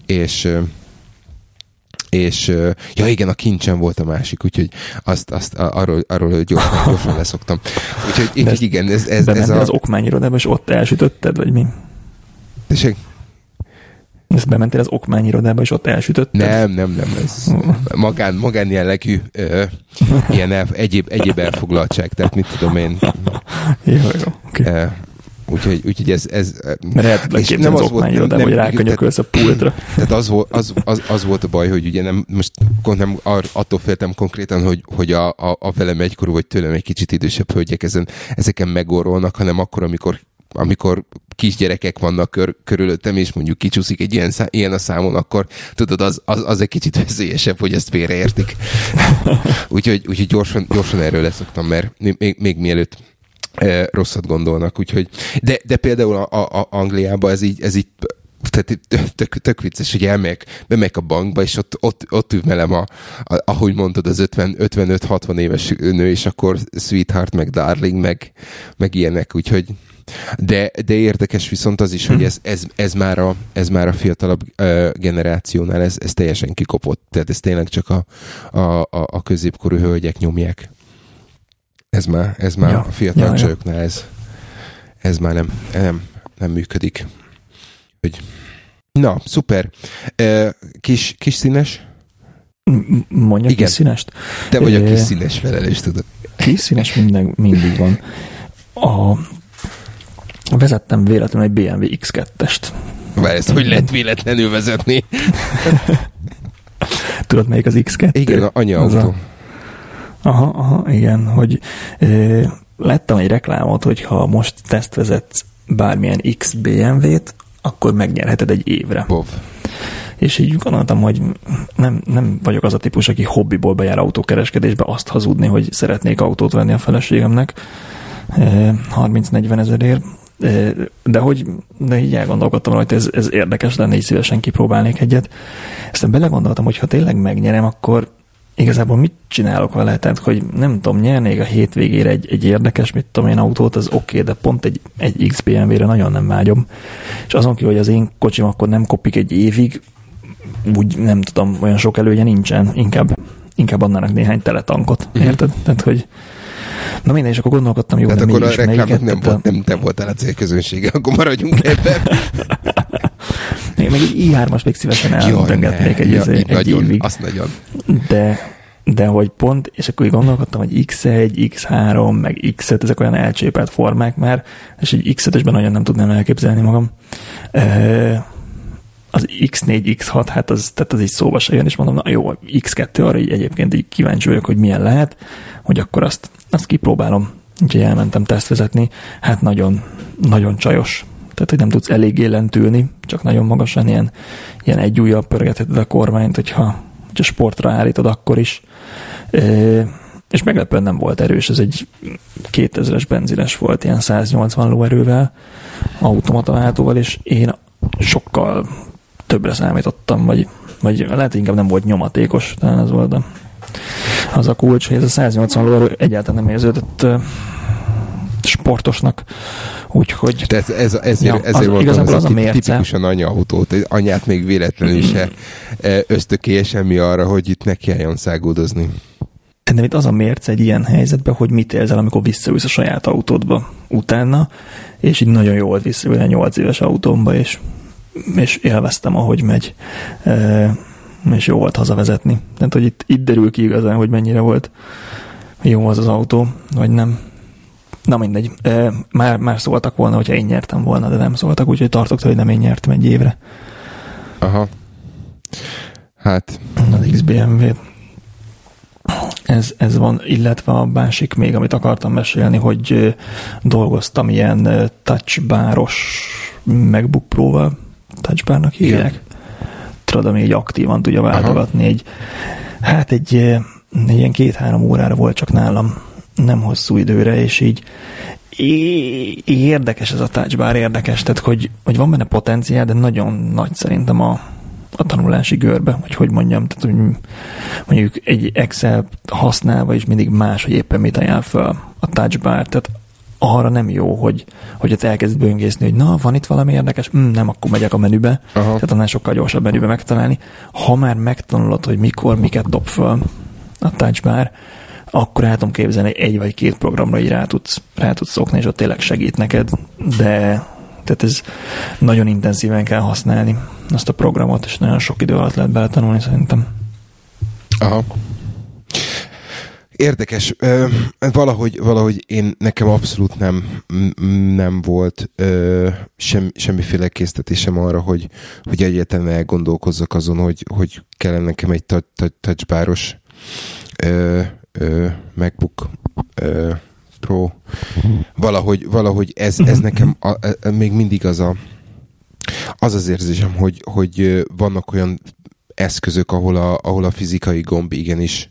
És ja igen, a kincsen volt a másik, úgyhogy arról gyorsan leszoktam. Úgyhogy igen, ez az okmányirodába, és ott elsütötted, vagy mi? Tessék? Ezt bementél az okmányirodába, és ott elsütötted? Nem. Ez magán jellegű ilyen egyéb elfoglaltság, tehát mit tudom én. Jó, okay. Úgyhogy ez mert és nem az okmányirodában, hogy rákönyökölsz a pultra. Tehát az volt a baj, hogy ugye nem attól féltem konkrétan, hogy a velem egykorú, vagy tőlem egy kicsit idősebb hölgyek ezeken megorolnak, hanem akkor, amikor kisgyerekek vannak körülöttem, és mondjuk kicsúszik egy ilyen a számon, akkor tudod, az egy kicsit veszélyesebb, hogy ezt félreértik. úgyhogy gyorsan erről leszoktam, mert még mielőtt rosszat gondolnak, úgyhogy de például Angliában ez így tehát tök vicces, hogy bemegyek a bankba, és ott ül velem ahogy mondtad, az 55-60 éves nő, és akkor sweetheart, meg darling, meg ilyenek, úgyhogy de érdekes viszont az is, hogy ez már a fiatalabb generációnál ez teljesen kikopott, tehát ez tényleg csak a középkorú hölgyek nyomják. Ez már a fiatal csajoknál ez már nem működik. Na, szuper. Kis színes? Mondja kis színest? Te vagy a kis színes felelős, tudod. Kis színes mindig van. Vezettem véletlenül egy BMW X2-est. Várj, ezt hogy lehet véletlenül vezetni? Tudod, melyik az X2? Igen, anyaautó. Aha, igen, hogy láttam egy reklámot, hogy ha most tesztvezetsz bármilyen X BMW-t, akkor megnyerheted egy évre. Bob. És így gondoltam, hogy nem vagyok az a típus, aki hobbiból bejár autókereskedésbe azt hazudni, hogy szeretnék autót venni a feleségemnek 30-40 ezerért, De így elgondolkodtam, hogy ez érdekes lenne, így szívesen kipróbálnék egyet. Aztán belegondoltam, hogy ha tényleg megnyerem, akkor igazából mit csinálok vele? Tehát, hogy nem tudom, nyernék a hétvégére egy érdekes, mit tudom én, autót, az oké, de pont egy XBMV-re nagyon nem vágyom. És azon ki, hogy az én kocsim akkor nem kopik egy évig, úgy nem tudom, olyan sok előnye nincsen, inkább adnának néhány teletankot, érted? Tehát, hogy na minden, és akkor gondolkodtam, jó, tehát de akkor mégis a reklámot nem te voltál a célközönsége, akkor maradjunk ebben. Még egy i3-as még szívesen elrengetnék egy nagyon, évig. Azt nagyon. De hogy pont, és akkor így gondolkodtam, hogy X1, X3, meg X5, ezek olyan elcsépelt formák már, és egy X5-ösben nagyon nem tudnám elképzelni magam. Az X4, X6, hát az így szóba se jön, és mondom, na jó, X2, arra így egyébként így kíváncsi vagyok, hogy milyen lehet, hogy akkor azt kipróbálom. Úgyhogy elmentem tesztvezetni, hát nagyon, nagyon csajos. Tehát, hogy nem tudsz eléggé lentülni, csak nagyon magasan ilyen egy ujjal pörgetheted a kormányt, hogyha sportra állítod, akkor is. És meglepően nem volt erős, ez egy 2000-es benzines volt, ilyen 180 lóerővel, automata váltóval, és én sokkal többre számítottam, vagy lehet, inkább nem volt nyomatékos, talán ez volt az a kulcs, hogy ez a 180 lóerő egyáltalán nem érződött sportosnak, úgyhogy... Tehát ezért igazából az a mérce. Tipikusan anyahautót, anyát még véletlenül se ösztökéje semmi arra, hogy itt neki álljon száguldozni. De itt az a mérce egy ilyen helyzetben, hogy mit érzel, amikor visszaülsz a saját autódba utána, és így nagyon jó volt visszaülni a 8 éves autómba, és élveztem, ahogy megy, és jó volt hazavezetni. Tehát, hogy itt derül ki igazán, hogy mennyire volt jó az autó, vagy nem. Na mindegy. Már szóltak volna, hogyha én nyertem volna, de nem szóltak, úgyhogy tartok, hogy nem én nyertem egy évre. Aha. Hát. Az XBMV. Ez van, illetve a másik még, amit akartam mesélni, hogy dolgoztam ilyen touchbaros MacBook Pro-val, touchbarnak hívják. Tudod, ami így aktívan tudja váltogatni. Egy ilyen 2-3 órára volt csak nálam, nem hosszú időre, és így érdekes ez a touchbar, érdekes, tehát hogy van benne potenciál, de nagyon nagy szerintem a tanulási görbe, hogy mondjam, tehát hogy mondjuk egy Excel használva is mindig más, hogy éppen mit ajánl fel a touchbar, tehát arra nem jó, hogy ott elkezd böngészni, hogy na, van itt valami érdekes, nem, akkor megyek a menübe, tehát annál sokkal gyorsabb menübe megtalálni. Ha már megtanulod, hogy mikor, miket dob föl a touchbar, akkor el tudom képzelni, hogy 1 vagy 2 programra így rá tudsz szokni, és ott tényleg segít neked, de tehát ez nagyon intenzíven kell használni azt a programot, és nagyon sok idő alatt lehet beletanulni szerintem. Aha. Érdekes. Valahogy nekem abszolút nem volt semmiféle késztetésem arra, hogy egyáltalán elgondolkozzak azon, hogy kellene nekem egy touchbaros MacBook Pro. Valahogy ez nekem még mindig az érzésem, hogy vannak olyan eszközök, ahol a fizikai gomb igenis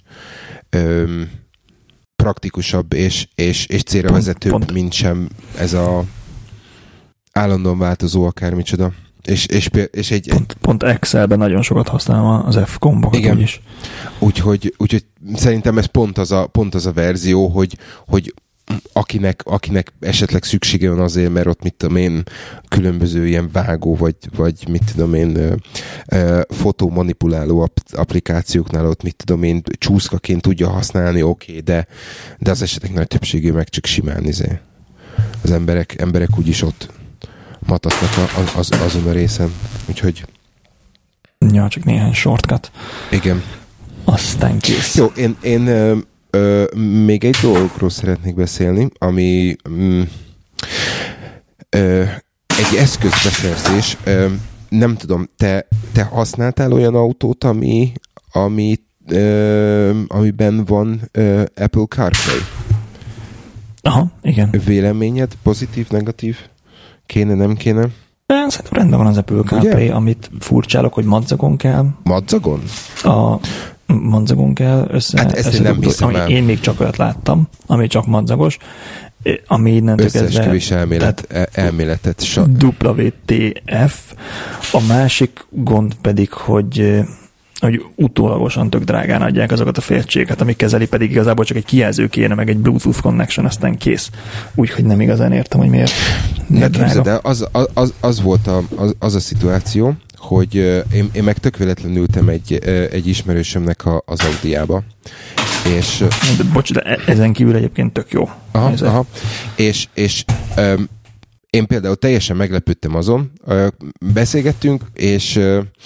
praktikusabb és célra vezetőbb, mint sem ez a állandóan változó akármicsoda. Pont Excelben nagyon sokat használom az F gombokat. Igen. Úgyis. Úgyhogy szerintem ez pont az a verzió, hogy akinek esetleg szüksége van azért, mert ott mit tudom én, különböző ilyen vágó, vagy mit tudom én, fotómanipuláló applikációknál ott mit tudom én, csúszkaként tudja használni, oké, de az esetek nagy többségé meg csak simán az emberek úgyis ott matasznak azon a részen, úgyhogy ja, csak néhány shortcut. Igen. Aztán kész. Jó, én még egy dologról szeretnék beszélni, ami egy eszközbeszerzés. Nem tudom, te használtál olyan autót, amiben van Apple CarPlay? Aha, igen. Véleményed? Pozitív, negatív? Kéne, nem kéne? Szerintem rendben van az Apple CarPlay, amit furcsálok, hogy madzagon kell. Madzagon? Madzagon kell Hát ezt én nem hiszem el. Én még csak olyat láttam, ami csak madzagos. ami innentől összeesküvés elméletet. WTF. A másik gond pedig, hogy utólagosan tök drágán adják azokat a féltségeket, amik kezeli, pedig igazából csak egy kijelző kéne, meg egy Bluetooth connection, aztán kész. Úgyhogy nem igazán értem, hogy miért drága. De az volt az a szituáció, hogy én meg tök véletlenül ültem egy ismerősömnek az Audiába. És, de bocs, de ezen kívül egyébként tök jó. Aha. És én például teljesen meglepődtem azon. Beszélgettünk, és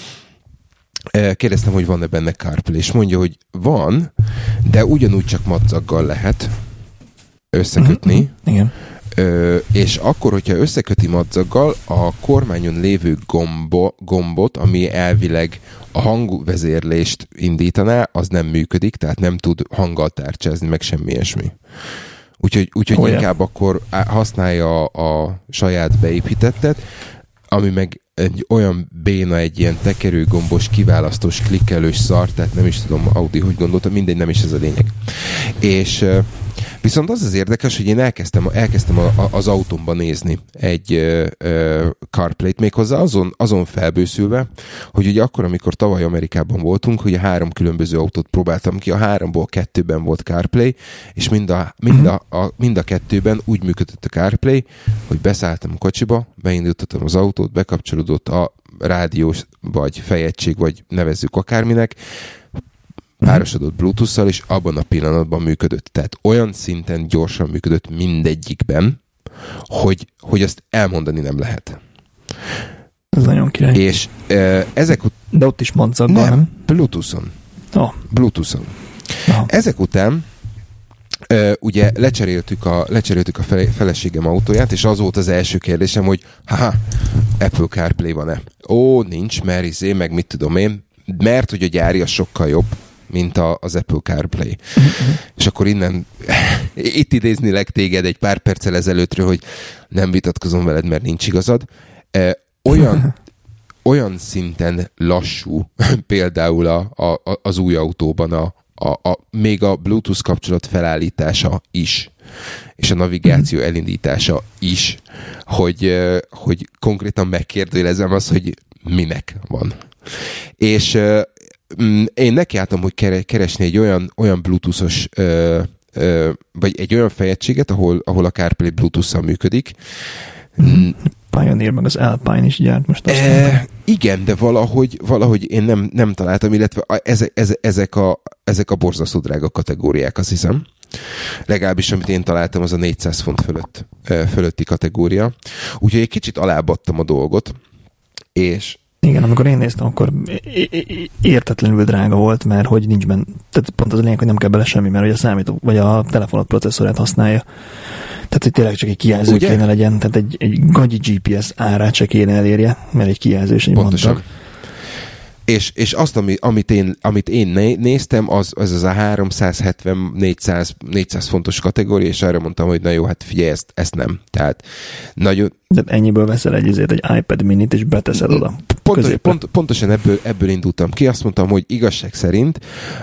kérdeztem, hogy van-e benne CarPlay, és mondja, hogy van, de ugyanúgy csak madzaggal lehet összekötni. Igen. És akkor, hogyha összeköti madzaggal, a kormányon lévő gombot, ami elvileg a hangvezérlést indítaná, az nem működik, tehát nem tud hanggal tárcsázni, meg semmi ilyesmi. Úgyhogy inkább akkor használja a saját beépítettet, ami meg egy olyan béna, egy ilyen tekerőgombos, kiválasztós, klikkelős szar, tehát nem is tudom, Audi hogy gondolta, mindegy, nem is ez a lényeg. És viszont az érdekes, hogy én elkezdtem az autómban nézni egy CarPlay-t, méghozzá azon felbőszülve, hogy ugye akkor, amikor tavaly Amerikában voltunk, hogy a 3 különböző autót próbáltam ki, a 3-ból 2-ben volt CarPlay, és mind a 2-ben úgy működött a CarPlay, hogy beszálltam a kocsiba, beindítottam az autót, bekapcsolódott a rádiós, vagy fejegység, vagy nevezzük akárminek, párosodott Bluetooth-szal, és abban a pillanatban működött. Tehát olyan szinten gyorsan működött mindegyikben, hogy azt elmondani nem lehet. Ez nagyon király. És ezek de ott is madzaggal, nem? Bluetooth-on. Oh. Bluetooth-on. Oh. Ezek után ugye lecseréltük a feleségem autóját, és az volt az első kérdésem, hogy Apple CarPlay van-e? Ó, nincs, mert meg mit tudom én, mert hogy a gyári az sokkal jobb, mint az Apple CarPlay. És akkor innen itt idéznélek téged egy pár perccel ezelőttről, hogy nem vitatkozom veled, mert nincs igazad. Olyan szinten lassú például az új autóban még a Bluetooth kapcsolat felállítása is, és a navigáció elindítása is, hogy konkrétan megkérdőjelezem azt, hogy minek van. És én nekiálltam, hogy keresni egy olyan Bluetooth-os vagy egy olyan fejegységet, ahol a CarPlay Bluetooth-szal működik. Pioneer meg az Alpine is gyárt most azt igen, de valahogy én nem találtam, illetve ezek a borzasztó drága kategóriák, azt hiszem. Legalábbis, amit én találtam, az a 400 font fölötti kategória. Úgyhogy egy kicsit alábbadtam a dolgot, és igen, amikor én néztem, akkor értetlenül drága volt, mert hogy nincs benne, tehát pont az a lényeg, hogy nem kell bele semmi, mert hogy a számító, vagy a telefonot processzorát használja. Tehát, hogy tényleg csak egy kijelző kéne legyen, tehát egy gagyi GPS árát se kéne elérje, mert egy kijelző is egy madzag. És azt, amit én néztem, az a 370-400 fontos kategória, és arra mondtam, hogy na jó, hát figyelj, ezt nem. Tehát nagyon... De ennyiből veszel egy iPad minit, és beteszed oda. Pontosan ebből indultam ki. Azt mondtam, hogy igazság szerint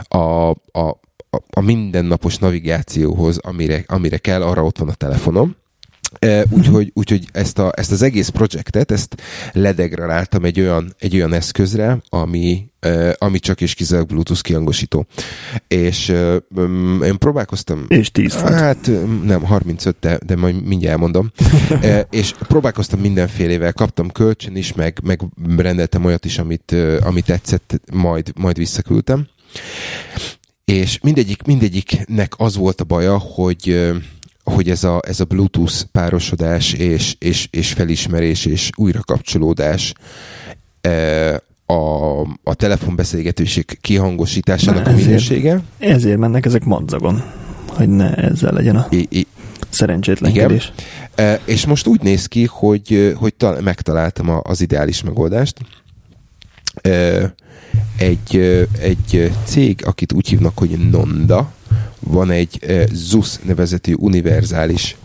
a mindennapos navigációhoz, amire kell, arra ott van a telefonom. Úgyhogy ezt az egész projektet, ezt ledegradáltam egy olyan eszközre, ami csak és kizárólag Bluetooth kihangosító. És én próbálkoztam... És 10 font. Hát nem, 35, de majd mindjárt elmondom. És próbálkoztam mindenfélevel, kaptam kölcsön is, meg rendeltem olyat is, amit tetszett, majd visszaküldtem. És mindegyiknek az volt a baja, hogy ez a Bluetooth párosodás és felismerés és újrakapcsolódás a telefonbeszélgetések kihangosításának a minősége. Ezért mennek ezek madzagon, hogy ne ezzel legyen a szerencsétlenkedés. És most úgy néz ki, hogy megtaláltam az ideális megoldást. Egy cég, akit úgy hívnak, hogy Nonda, van egy ZUS nevezetű univerzális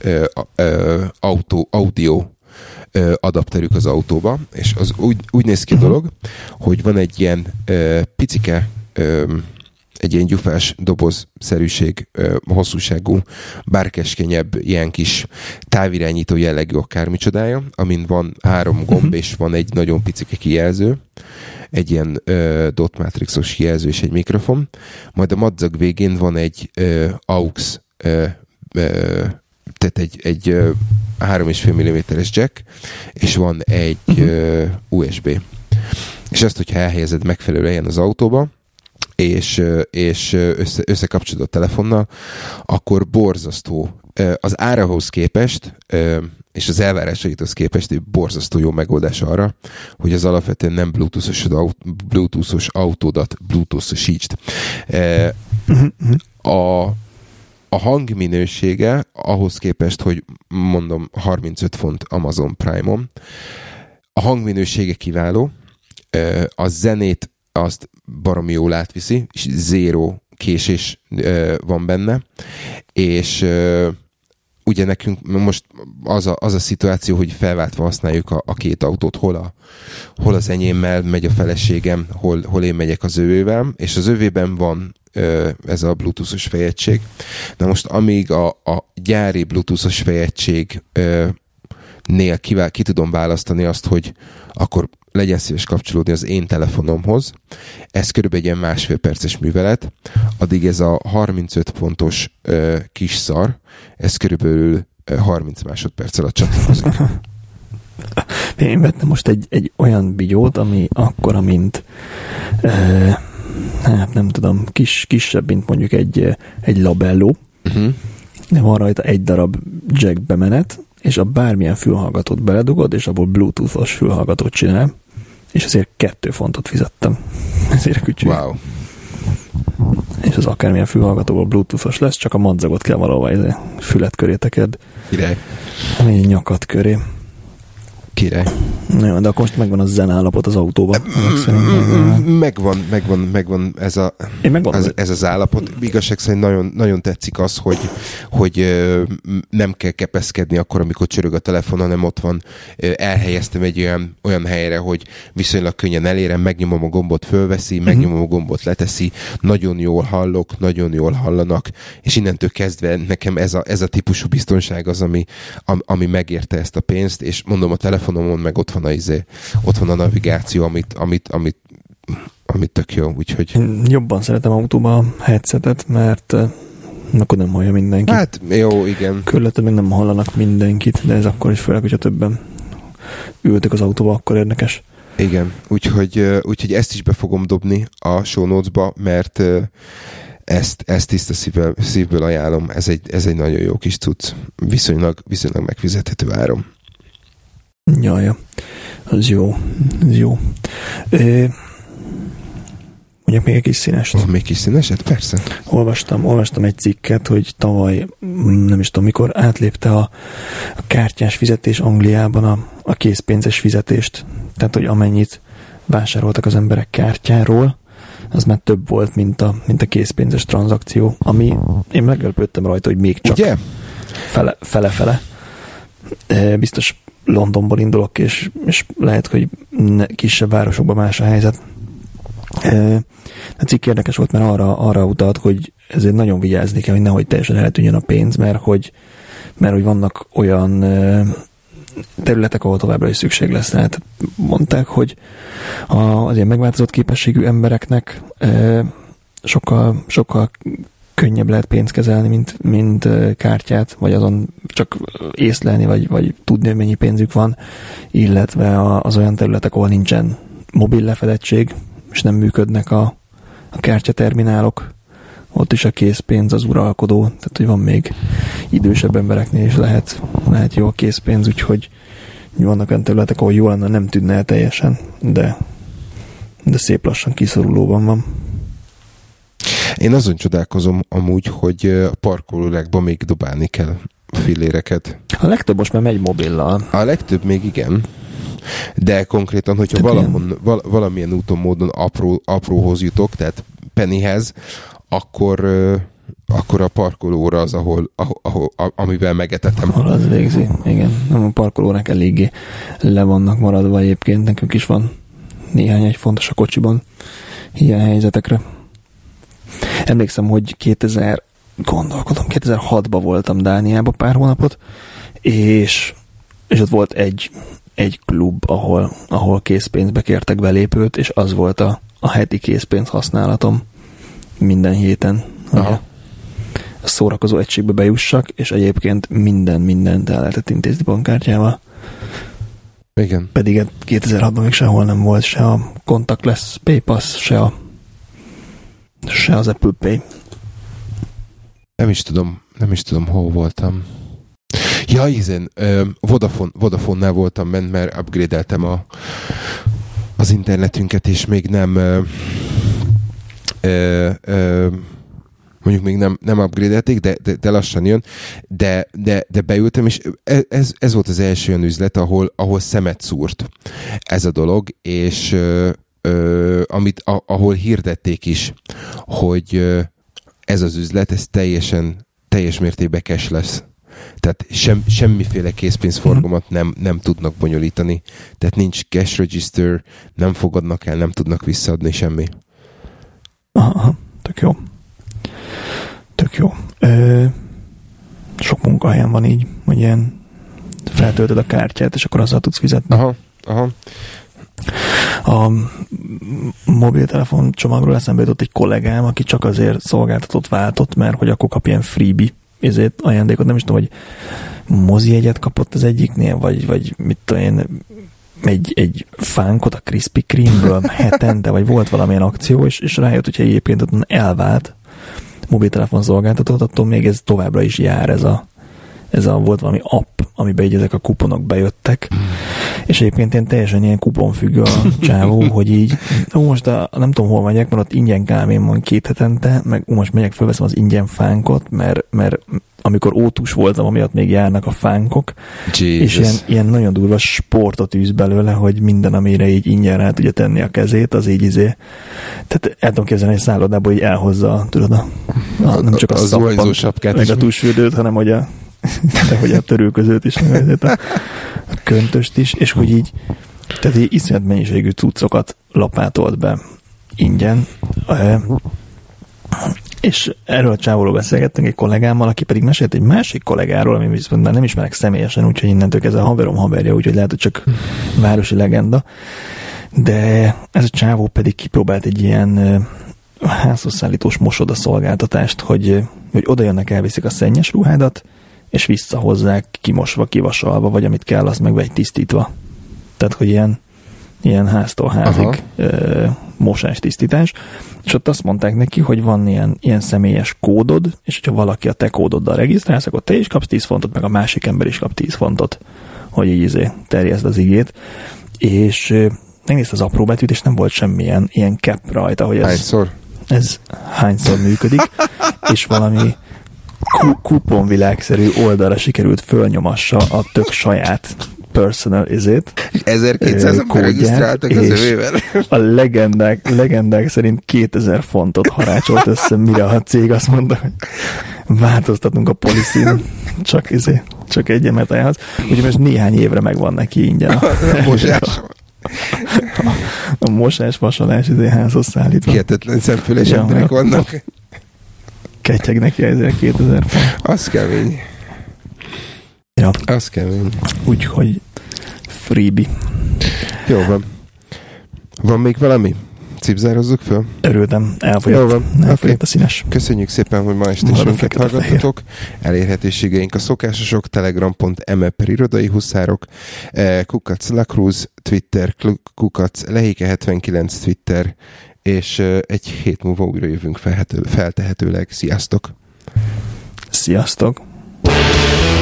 audio adapterük az autóba, és az úgy néz ki a dolog, hogy van egy ilyen picike egy ilyen gyufás dobozszerűség, hosszúságú, bár keskenyebb, ilyen kis távirányító jellegű akármicsodája, amin van 3 gomb, és van egy nagyon picike kijelző, egy ilyen dot matrixos kijelző és egy mikrofon, majd a madzag végén van egy AUX, tehát egy 3,5 mm-es jack, és van egy USB. És ezt, hogyha elhelyezed megfelelő helyen az autóba, és összekapcsolod a telefonnal, akkor borzasztó, az árahoz képest, és az elvárásaithoz képest egy borzasztó jó megoldás arra, hogy az alapvetően nem bluetoothos autódat bluetoothosítsd. A hangminősége ahhoz képest, hogy mondom 35 font Amazon Prime-on, a hangminősége kiváló, a zenét azt baromi jól átviszi, és zéró késés van benne, és ugye nekünk most az a szituáció, hogy felváltva használjuk a két autót, hol az enyémmel megy a feleségem, hol én megyek az övével, és az övében van ez a bluetoothos fejegység. Na most amíg a gyári bluetoothos fejegység nél ki tudom választani azt, hogy akkor legyen szíves kapcsolódni az én telefonomhoz. Ez körülbelül egy ilyen 1,5 perces művelet, addig ez a 35 pontos kis szar, ez körülbelül 30 másodperc alatt csatlakozik. Én vettem most egy olyan bigyót, ami akkora, mint hát nem tudom, kisebb, mint mondjuk egy labelló. De van rajta egy darab jack bemenet, és a bármilyen fülhallgatót beledugod, és abból bluetoothos fülhallgatót csinál, és ezért 2 fontot fizettem. Ezért kütyű. Wow. És az akármilyen fülhallgatóból bluetoothos lesz, csak a madzagot kell valahol fület köré tekerd. Király. Egy nyakat köré. Király. Jó, de akkor most megvan a zenállapot az autóban. Megvan ez az állapot. Igazság szerint nagyon, nagyon tetszik az, hogy nem kell kepeszkedni akkor, amikor csörög a telefon, hanem ott van, elhelyeztem egy olyan helyre, hogy viszonylag könnyen elérem, megnyomom a gombot, fölveszi, megnyomom a gombot, leteszi, nagyon jól hallok, nagyon jól hallanak, és innentől kezdve nekem ez a típusú biztonság az, ami megérte ezt a pénzt, és mondom, a telefonomon meg ott van a navigáció, amit tök jó, úgyhogy... Én jobban szeretem autóban a headsetet, mert akkor nem hallja mindenkit. Hát, jó, igen. Körülötted meg nem hallanak mindenkit, de ez akkor is főleg, hogyha többen ültek az autóba, akkor érdekes. Igen, úgyhogy ezt is be fogom dobni a show notes-ba, mert ezt tiszta szívből ajánlom. Ez egy nagyon jó kis cucc. Viszonylag megfizethető áron. Jaja, az jó. Mondjak még egy kis színest. Még kis színeset? Persze. Olvastam egy cikket, hogy tavaly, nem is tudom mikor, átlépte a kártyás fizetés Angliában a készpénzes fizetést. Tehát, hogy amennyit vásároltak az emberek kártyáról, az már több volt, mint a készpénzes tranzakció, ami én meglepődtem rajta, hogy még csak ugye? Fele-fele. Biztos Londonból indulok, és lehet, hogy kisebb városokban más a helyzet. A cikk érdekes volt, mert arra utalt, hogy ezért nagyon vigyázni kell, hogy nehogy teljesen eltűnjön a pénz, mert hogy vannak olyan területek, ahol továbbra is szükség lesz. Tehát mondták, hogy az ilyen megváltozott képességű embereknek sokkal könnyebb lehet pénzt kezelni, mint kártyát, vagy azon csak észlelni, vagy tudni, hogy mennyi pénzük van, illetve az olyan területek, ahol nincsen mobil lefedettség, és nem működnek a kártyaterminálok, ott is a készpénz az uralkodó, tehát hogy van még idősebb embereknél is lehet jó a készpénz, úgyhogy vannak olyan területek, ahol jól lenne, nem tűnne el teljesen, de szép lassan kiszorulóban van. Én azon csodálkozom amúgy, hogy a parkolórákban még dobálni kell filléreket. A legtöbb most már megy mobillal. A legtöbb még igen. De konkrétan, hogyha valamilyen úton, módon apróhoz jutok, tehát pennyhez, akkor a parkolóra az, amivel megetetem. Ahol az végzi, igen. A parkolórák eléggé le vannak maradva egyébként. Nekünk is van néhány egy fontos a kocsiban ilyen helyzetekre. Emlékszem, hogy 2006-ban voltam Dániába pár hónapot, és ott volt egy klub, ahol készpénzbe kértek belépőt, és az volt a heti készpénz használatom minden héten. A szórakozó egységbe bejussak, és egyébként mindent el lehetett intézni bankkártyával. Igen. Pedig 2006-ban még sehol nem volt se a contactless PayPass, se az Apple Pay. Nem is tudom, hol voltam. Ja, igen, Vodafone-nál voltam bent, mert upgrade-eltem az internetünket, és még nem mondjuk még nem upgrade-elték, de lassan jön, de beültem, és ez volt az első olyan üzlet, ahol szemet szúrt ez a dolog, és ahol hirdették is, hogy ez az üzlet, ez teljes mértékben cash lesz. Tehát semmiféle készpénzforgalmat nem tudnak bonyolítani. Tehát nincs cash register, nem fogadnak el, nem tudnak visszaadni semmi. Aha, tök jó. Sok munkahelyen van így, hogy ilyen feltöltöd a kártyát, és akkor azzal tudsz fizetni. Aha. A mobiltelefon csomagról eszembe jutott egy kollégám, aki csak azért szolgáltatót váltott, mert hogy akkor kap ilyen freebie ajándékot, nem is tudom, hogy mozijegyet kapott az egyiknél, vagy mit tudom én, egy fánkot a Krispy Kreme-ből hetente, vagy volt valamilyen akció, és rájött, hogyha egyébként ott elvált mobiltelefon szolgáltatót, attól még ez továbbra is jár ez a volt valami app, amiben így ezek a kuponok bejöttek, és egyébként én teljesen ilyen kuponfüggő a csávó, hogy így, most nem tudom, hol megyek, mert ott ingyen kávém van 2 hetente, meg most megyek, fölveszem az ingyen fánkot, mert amikor ótus voltam, amiatt még járnak a fánkok, Jesus. És ilyen nagyon durva sportot űz belőle, hogy minden, amire így ingyen rá tudja tenni a kezét, az így tehát el tudom képzelni, hogy szállodából így elhozza, tudod, nem csak a szappan, meg a tusfürdőt, hanem hogy a törülközőt is, meg a köntöst is, és hogy így, tehát így iszonyat mennyiségű cuccokat lapátolt be ingyen, és erről a csávóról beszélgettünk egy kollégámmal, aki pedig mesélt egy másik kollégáról, ami viszont már nem ismerek személyesen, úgyhogy innentől ez a haverom haverja, úgyhogy lehet, hogy csak városi legenda, de ez a csávó pedig kipróbált egy ilyen házhoz szállítós mosoda szolgáltatást, hogy oda jönnek, elviszik a szennyes ruhádat, és visszahozzák kimosva, kivasalva, vagy amit kell, azt meg vagy tisztítva. Tehát, hogy ilyen háztól házig mosástisztítás. És ott azt mondták neki, hogy van ilyen személyes kódod, és hogyha valaki a te kódoddal regisztrálsz, akkor te is kapsz 10 fontot, meg a másik ember is kap 10 fontot, hogy így terjeszd az igét. És megnézte az apró betűt, és nem volt semmilyen ilyen cap rajta, hogy ez hányszor működik, és valami kuponvilágszerű oldalra sikerült fölnyomassa a tök saját personal 1200 regisztráltak az övével. A legendák szerint 2000 fontot harácsolt össze, mire a cég azt mondta, hogy változtatunk a policyn, csak egy emet ajánlhatsz. Úgyhogy most néhány évre megvan neki ingyen a mosás. A mosás, vasalás házhoz szállítva. Hihetetlen szemfüles emberek vannak. Ketyeg neki 2000 font. Az kemény. Ja. Az kemény. Úgyhogy freebie. Jó van. Van még valami? Cipzározzuk föl? Örültem, elfogyott a színes. Köszönjük szépen, hogy ma este is minket hallgattatok. Elérhetőségeink a szokásosok, telegram.me/irodai huszárok, Kukac Lacruz Twitter, Kukac Lehike79 Twitter, és egy hét múlva újra jövünk feltehetőleg. Sziasztok! Sziasztok!